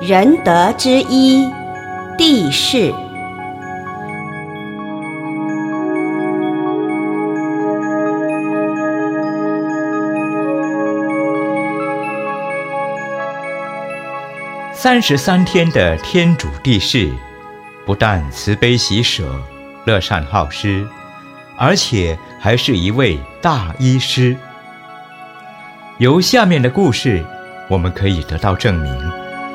仁德之一，地势。 33天的天主地势，不但慈悲喜舍、乐善好施，而且还是一位大医师。由下面的故事，我们可以得到证明。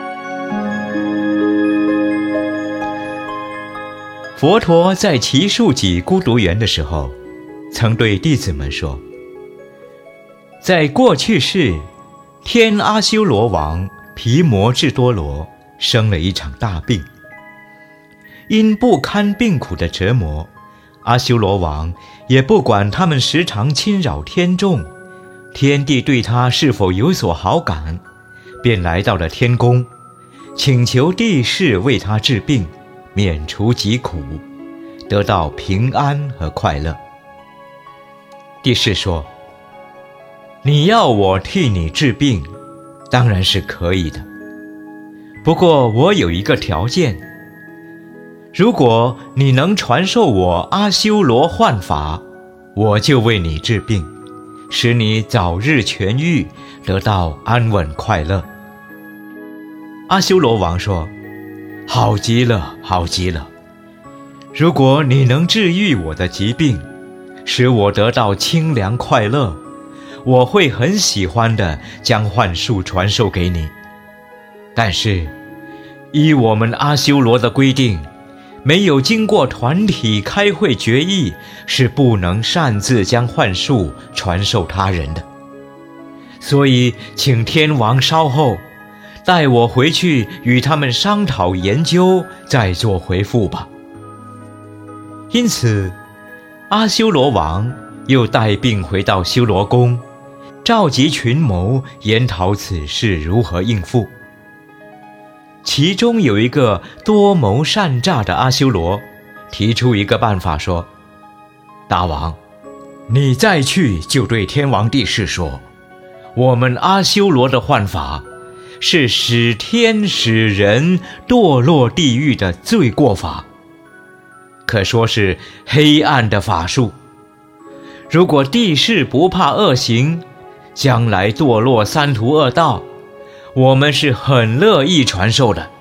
佛陀在祇树给孤独园的时候，曾对弟子们说，在过去世，天阿修罗王毗摩智多罗生了一场大病，因不堪病苦的折磨，阿修罗王也不管他们时常侵扰天众，天帝对他是否有所好感，便来到了天宫，请求帝释为他治病，免除疾苦，得到平安和快乐。帝释说，你要我替你治病，当然是可以的，不过我有一个条件，如果你能传授我阿修罗幻法，我就为你治病，使你早日痊愈，得到安稳快乐。阿修罗王说，好极了，好极了，如果你能治愈我的疾病，使我得到清凉快乐，我会很喜欢地将幻术传授给你。但是依我们阿修罗的规定，没有经过团体开会决议，是不能擅自将幻术传授他人的。所以请天王稍后，带我回去与他们商讨研究，再做回复吧。因此阿修罗王又带病回到修罗宫，召集群谋，研讨此事如何应付。其中有一个多谋善诈的阿修罗，提出一个办法说，大王，你再去就对天王帝释说，我们阿修罗的幻法是使天使人堕落地狱的罪过法，可说是黑暗的法术。如果帝释不怕恶行，将来堕落三途恶道，我们是很乐意传授的。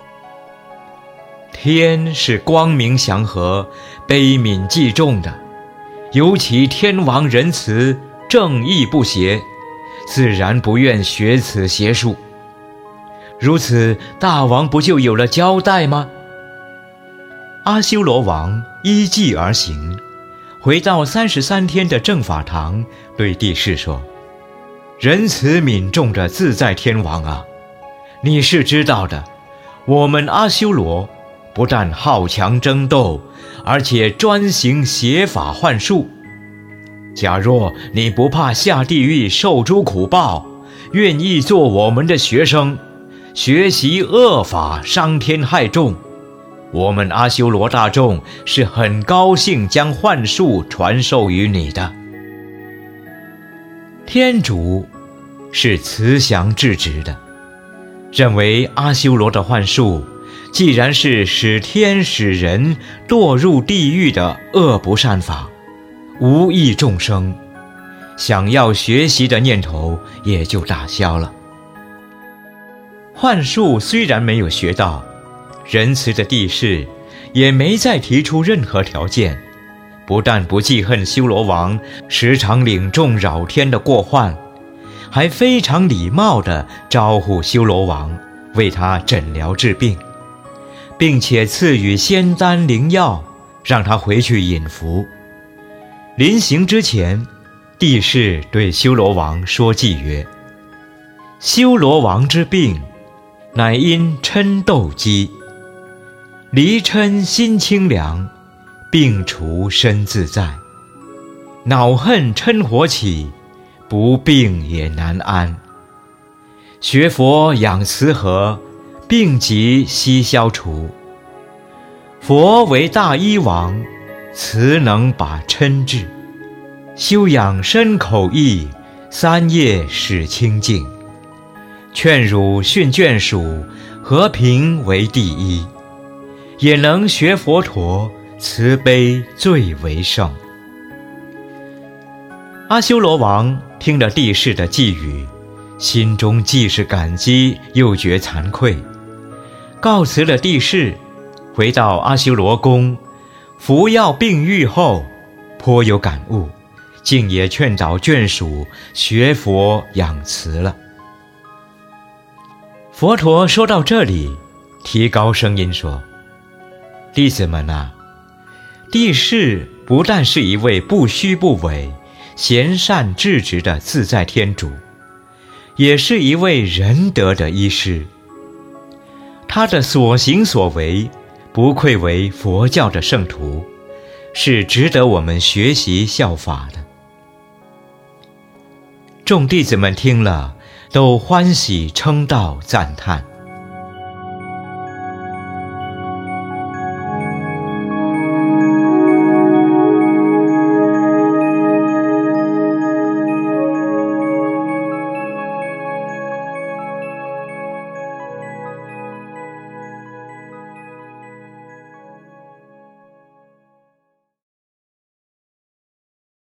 天是光明祥和、悲悯济众的，尤其天王仁慈、正义不邪，自然不愿学此邪术。如此，大王不就有了交代吗？阿修罗王依计而行，回到33天的正法堂，对帝释说，仁慈悯众的自在天王啊，你是知道的，我们阿修罗不但好强争斗，而且专行邪法幻术。假若你不怕下地狱受诸苦报，愿意做我们的学生，学习恶法伤天害众，我们阿修罗大众是很高兴将幻术传授于你的。天主是慈祥至直的，认为阿修罗的幻术既然是使天使人堕入地狱的恶不善法，无益众生，想要学习的念头也就打消了。幻术虽然没有学到，仁慈的帝释也没再提出任何条件，不但不记恨修罗王时常领众扰天的过患，还非常礼貌地招呼修罗王为他诊疗治病，并且赐予仙丹灵药，让他回去饮服。临行之前，帝释对修罗王说偈曰，修罗王之病，乃因嗔斗积，离嗔心清凉，病除身自在。恼恨嗔火起，不病也难安。学佛养慈和，病疾悉消除。佛为大医王，慈能把嗔治。修养身口意，3业使清净。劝汝训眷属， 和平为第一，也能学佛陀慈悲最为盛。阿修罗王听了帝释的寄语，心中既是感激又觉惭愧，告辞了帝释，回到阿修罗宫，服药病愈后，颇有感悟，竟也劝导眷属学佛养慈了。佛陀说到这里，提高声音说：弟子们啊，帝释不但是一位不虚不伪、贤善至直的自在天主，也是一位仁德的医师。他的所行所为不愧为佛教的圣徒，是值得我们学习效法的。众弟子们听了，都欢喜称道赞叹。